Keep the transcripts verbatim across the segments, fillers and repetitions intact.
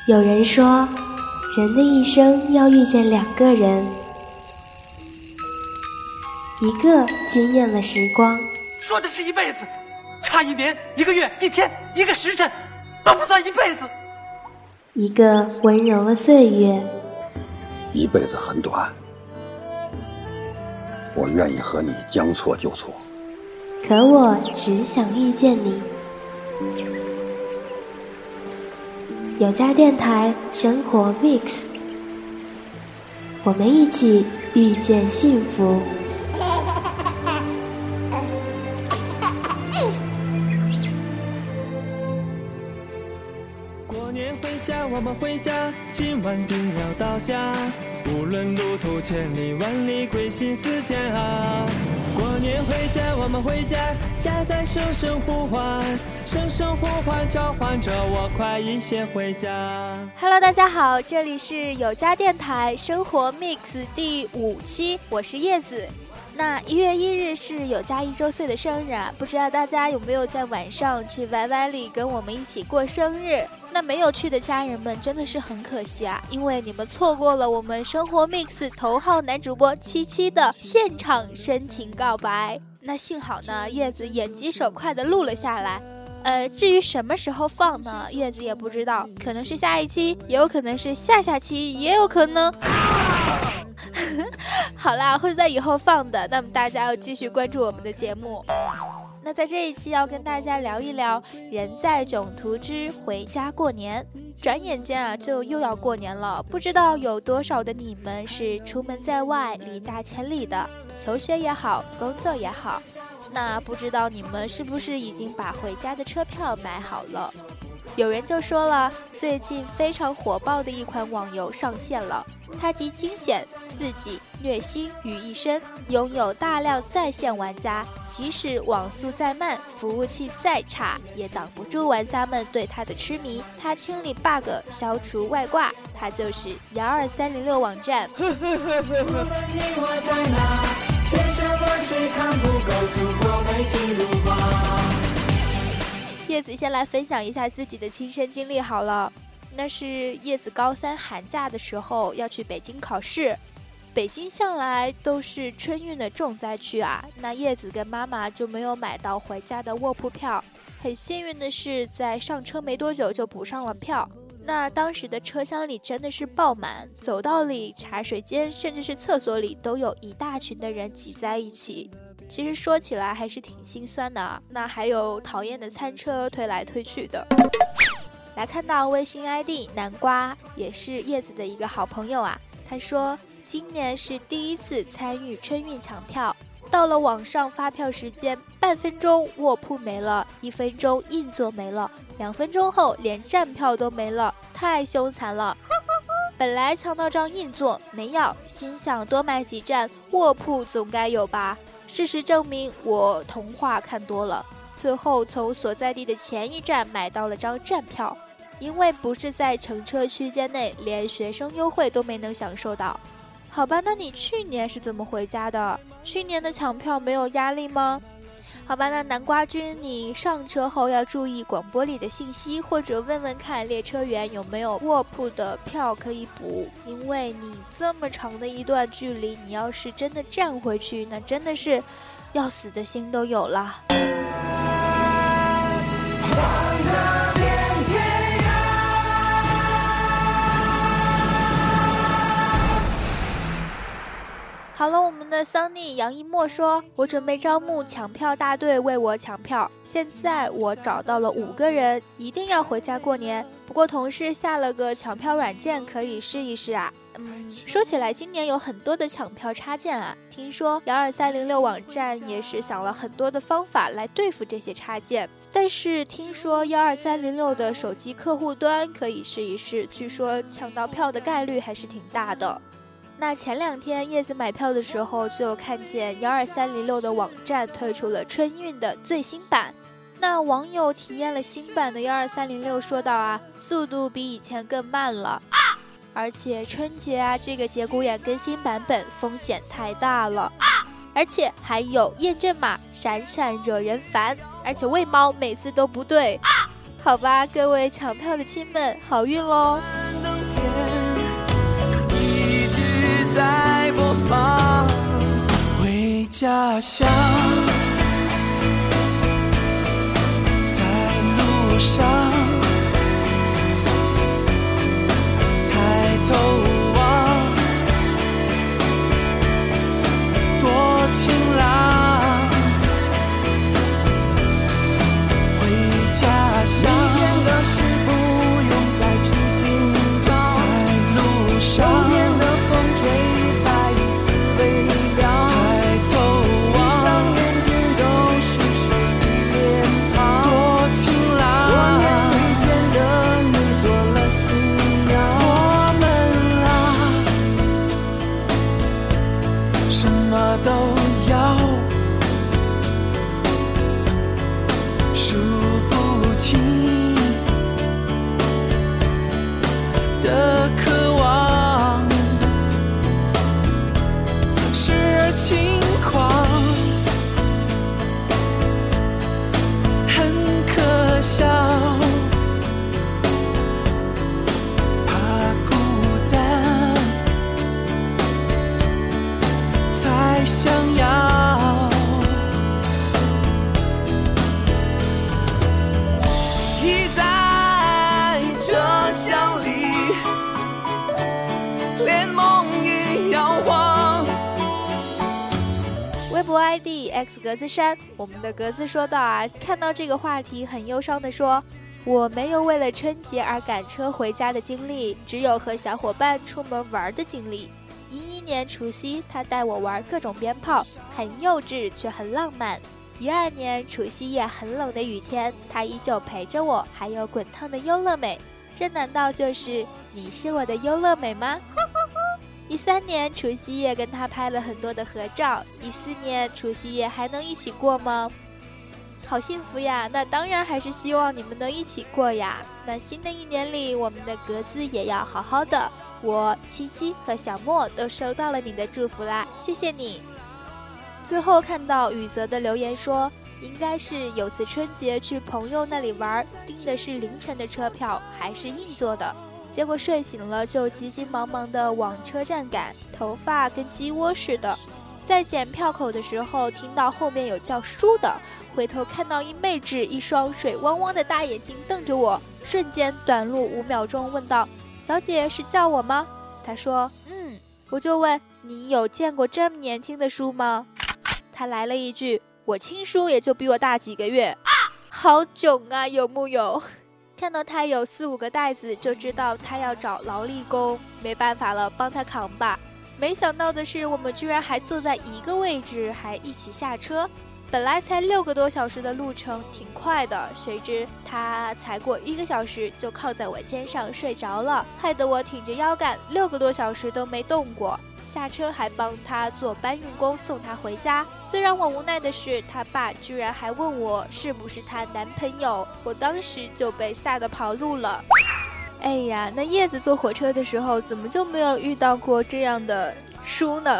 有人说，人的一生要遇见两个人，一个惊艳了时光， 说的是一辈子，差一年、一个月、一天、一个时辰都不算一辈子； 一个温柔了岁月。 一辈子很短，我愿意和你将错就错， 可我只想遇见你。有家电台生活 Mix， 我们一起遇见幸福。 过年回家，我们回家，今晚定要到家。无论路途千里万里，归心似箭啊。过年回家，我们回家，家在声声呼唤，声声呼唤召唤着我，快一些回家。 Hello， 大家好，这里是有家电台生活 Mix 第五期，我是叶子。那一月一日是有家一周岁的生日啊，不知道大家有没有在晚上去 Y Y 里跟我们一起过生日？那没有去的家人们真的是很可惜啊，因为你们错过了我们生活 Mix 头号男主播七七的现场深情告白。那幸好呢，叶子眼疾手快的录了下来。呃，至于什么时候放呢，叶子也不知道，可能是下一期，也有可能是下下期，也有可能。好啦，会在以后放的，那么大家要继续关注我们的节目。那在这一期要跟大家聊一聊人在囧途之回家过年。转眼间啊，就又要过年了，不知道有多少的你们是出门在外，离家千里的，求学也好，工作也好。那不知道你们是不是已经把回家的车票买好了？有人就说了，最近非常火爆的一款网游上线了，它集惊险、刺激、虐心于一身，拥有大量在线玩家，即使网速再慢，服务器再差，也挡不住玩家们对它的痴迷。它清理 bug， 消除外挂，它就是一二三零六网站。叶子先来分享一下自己的亲身经历好了。那是叶子高三寒假的时候要去北京考试，北京向来都是春运的重灾区啊，那叶子跟妈妈就没有买到回家的卧铺票，很幸运的是在上车没多久就补上了票。那当时的车厢里真的是爆满，走道里、茶水间甚至是厕所里都有一大群的人挤在一起，其实说起来还是挺心酸的啊。那还有讨厌的餐车推来推去的。来看到微信 I D 南瓜，也是叶子的一个好朋友啊，他说今年是第一次参与春运抢票，到了网上发票时间，半分钟卧铺没了，一分钟硬座没了，两分钟后连站票都没了，太凶残了。本来抢到张硬座没要，心想多买几站卧铺总该有吧。事实证明我童话看多了，最后从所在地的前一站买到了张站票，因为不是在乘车区间内，连学生优惠都没能享受到。好吧，那你去年是怎么回家的？去年的抢票没有压力吗？好吧，那南瓜君，你上车后要注意广播里的信息，或者问问看列车员有没有卧铺的票可以补，因为你这么长的一段距离，你要是真的站回去，那真的是要死的心都有了。好了，我们的桑尼杨一墨说，我准备招募抢票大队为我抢票，现在我找到了五个人，一定要回家过年。不过同事下了个抢票软件，可以试一试啊。嗯，说起来今年有很多的抢票插件啊，听说一二三零六网站也是想了很多的方法来对付这些插件，但是听说一二三零六的手机客户端可以试一试，据说抢到票的概率还是挺大的。那前两天叶子买票的时候，就看见一二三零六的网站推出了春运的最新版。那网友体验了新版的一二三零六说道啊，速度比以前更慢了，而且春节啊这个节骨眼更新版本风险太大了，而且还有验证码闪闪惹人烦，而且喂猫每次都不对。 好吧，各位抢票的亲们，好运喽！ 一直在播放，回家乡，在路上，抬头望，多晴朗，回家乡。明天的事不用再去紧张，在路上，秋天的风吹白衣丝微凉，抬头望，闭上眼睛都是熟悉脸庞，多晴朗，多年未见的你做了新娘，我们啊，什么都要，数不清的渴望，时而轻狂，很可笑，怕孤单，才想要倚在车厢里，连梦也摇晃。 微博 I D X 格子衫，我们的格子说道啊，看到这个话题很忧伤的说，我没有为了春节而赶车回家的经历，只有和小伙伴出门玩的经历。一一年除夕，他带我玩各种鞭炮，很幼稚却很浪漫。一二年除夕夜很冷的雨天，他依旧陪着我，还有滚烫的优乐美，这难道就是你是我的优乐美吗？一三年除夕夜跟他拍了很多的合照，一四年除夕夜还能一起过吗？好幸福呀，那当然还是希望你们能一起过呀。那新的一年里，我们的格子也要好好的。我七七和小莫都收到了你的祝福啦，谢谢你。最后看到雨泽的留言说，应该是有次春节去朋友那里玩，订的是凌晨的车票，还是硬座的，结果睡醒了就急急忙忙的往车站赶，头发跟鸡窝似的。在检票口的时候听到后面有叫叔的，回头看到一妹纸一双水汪汪的大眼睛瞪着我，瞬间短路五秒钟，问道，小姐是叫我吗？她说嗯，我就问，你有见过这么年轻的叔吗？她来了一句，我亲叔也就比我大几个月啊，好囧啊，有木有？看到他有四五个袋子就知道他要找劳力工，没办法了，帮他扛吧。没想到的是，我们居然还坐在一个位置，还一起下车。本来才六个多小时的路程，挺快的，谁知他才过一个小时就靠在我肩上睡着了，害得我挺着腰杆六个多小时都没动过。下车还帮他做搬运工送他回家。最让我无奈的是，他爸居然还问我是不是她男朋友，我当时就被吓得跑路了。哎呀，那叶子坐火车的时候怎么就没有遇到过这样的叔呢？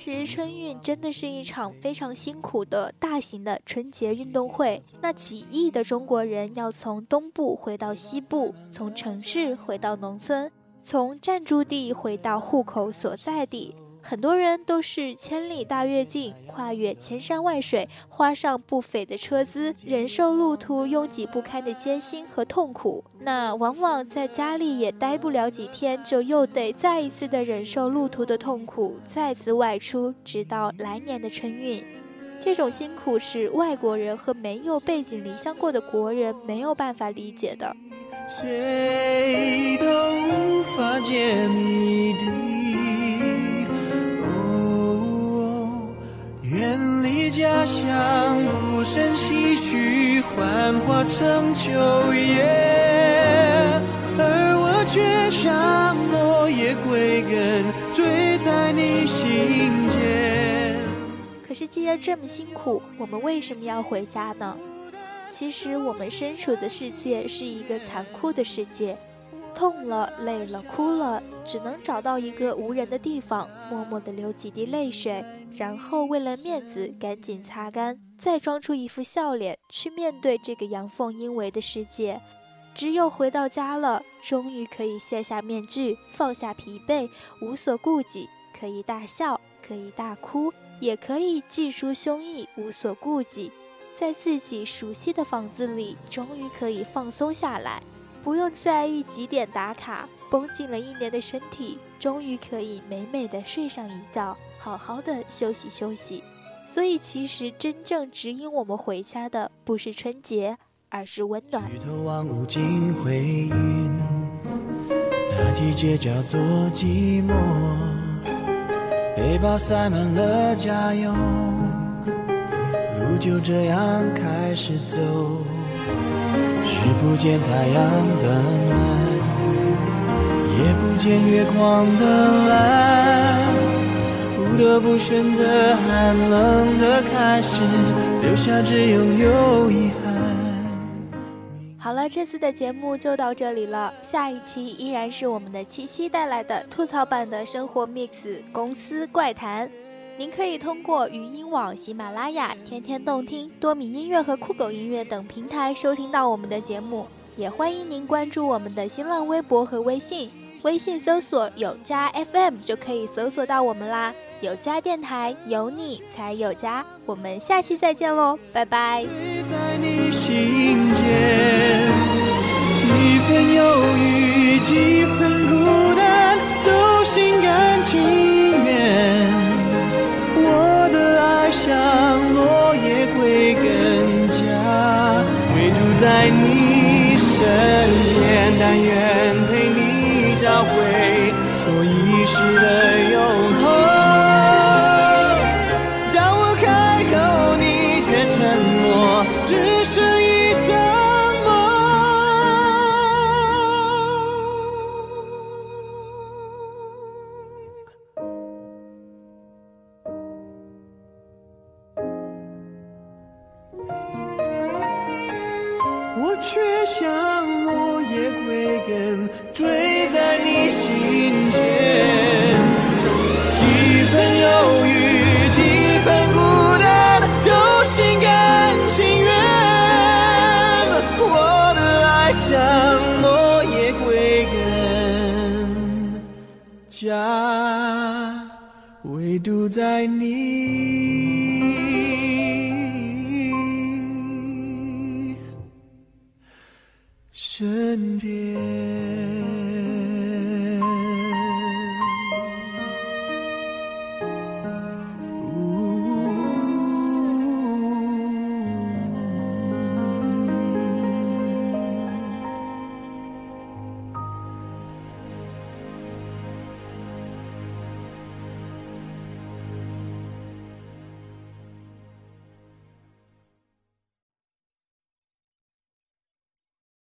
实春运真的是一场非常辛苦的大型的春节运动会，那几亿的中国人要从东部回到西部，从城市回到农村，从暂住地回到户口所在地，很多人都是千里大跃进，跨越千山万水，花上不菲的车资，忍受路途拥挤不堪的艰辛和痛苦。那往往在家里也待不了几天，就又得再一次的忍受路途的痛苦，再次外出，直到来年的春运。这种辛苦是外国人和没有背井离乡过的国人没有办法理解的。 谁都无法解谜底，远离家乡，不胜唏嘘，幻化成秋叶，而我却像落叶归根，坠在你心间。 可是既然这么辛苦，我们为什么要回家呢？其实我们身处的世界是一个残酷的世界，痛了，累了，哭了，只能找到一个无人的地方，默默地流几滴泪水，然后为了面子赶紧擦干，再装出一副笑脸去面对这个阳奉阴违的世界。只有回到家了，终于可以卸下面具，放下疲惫，无所顾忌，可以大笑，可以大哭，也可以寄抒胸臆，无所顾忌，在自己熟悉的房子里，终于可以放松下来，不用在意几点打卡，绷紧了一年的身体，终于可以美美的睡上一觉，好好的休息休息。所以其实真正指引我们回家的不是春节，而是温暖。 举头望无尽灰云，那季节叫做寂寞，背包塞满了家用，路就这样开始走，视不见太阳的暖，也不见月光的蓝，不得不选择寒冷的开始，留下只拥有遗憾。 好了，这次的节目就到这里了，下一期依然是我们的七夕带来的吐槽版的生活 mix 公司怪谈。您可以通过语音网、喜马拉雅、天天动听、多米音乐和酷狗音乐等平台收听到我们的节目，也欢迎您关注我们的新浪微博和微信，微信搜索有家 F M 就可以搜索到我们啦。有家电台，有你才有家，我们下期再见喽，拜拜。 在你心间，几分忧郁，几分孤单，都心甘情愿。我的爱像落叶归根家，唯独在你身边，但愿陪你找回所遗失的永恒。当我开口，你却沉默，只剩一场梦。我却像落叶归根，坠在你心间，几分忧郁，几分孤单，都心甘情愿。我的爱像落叶归根家，唯独在你身边。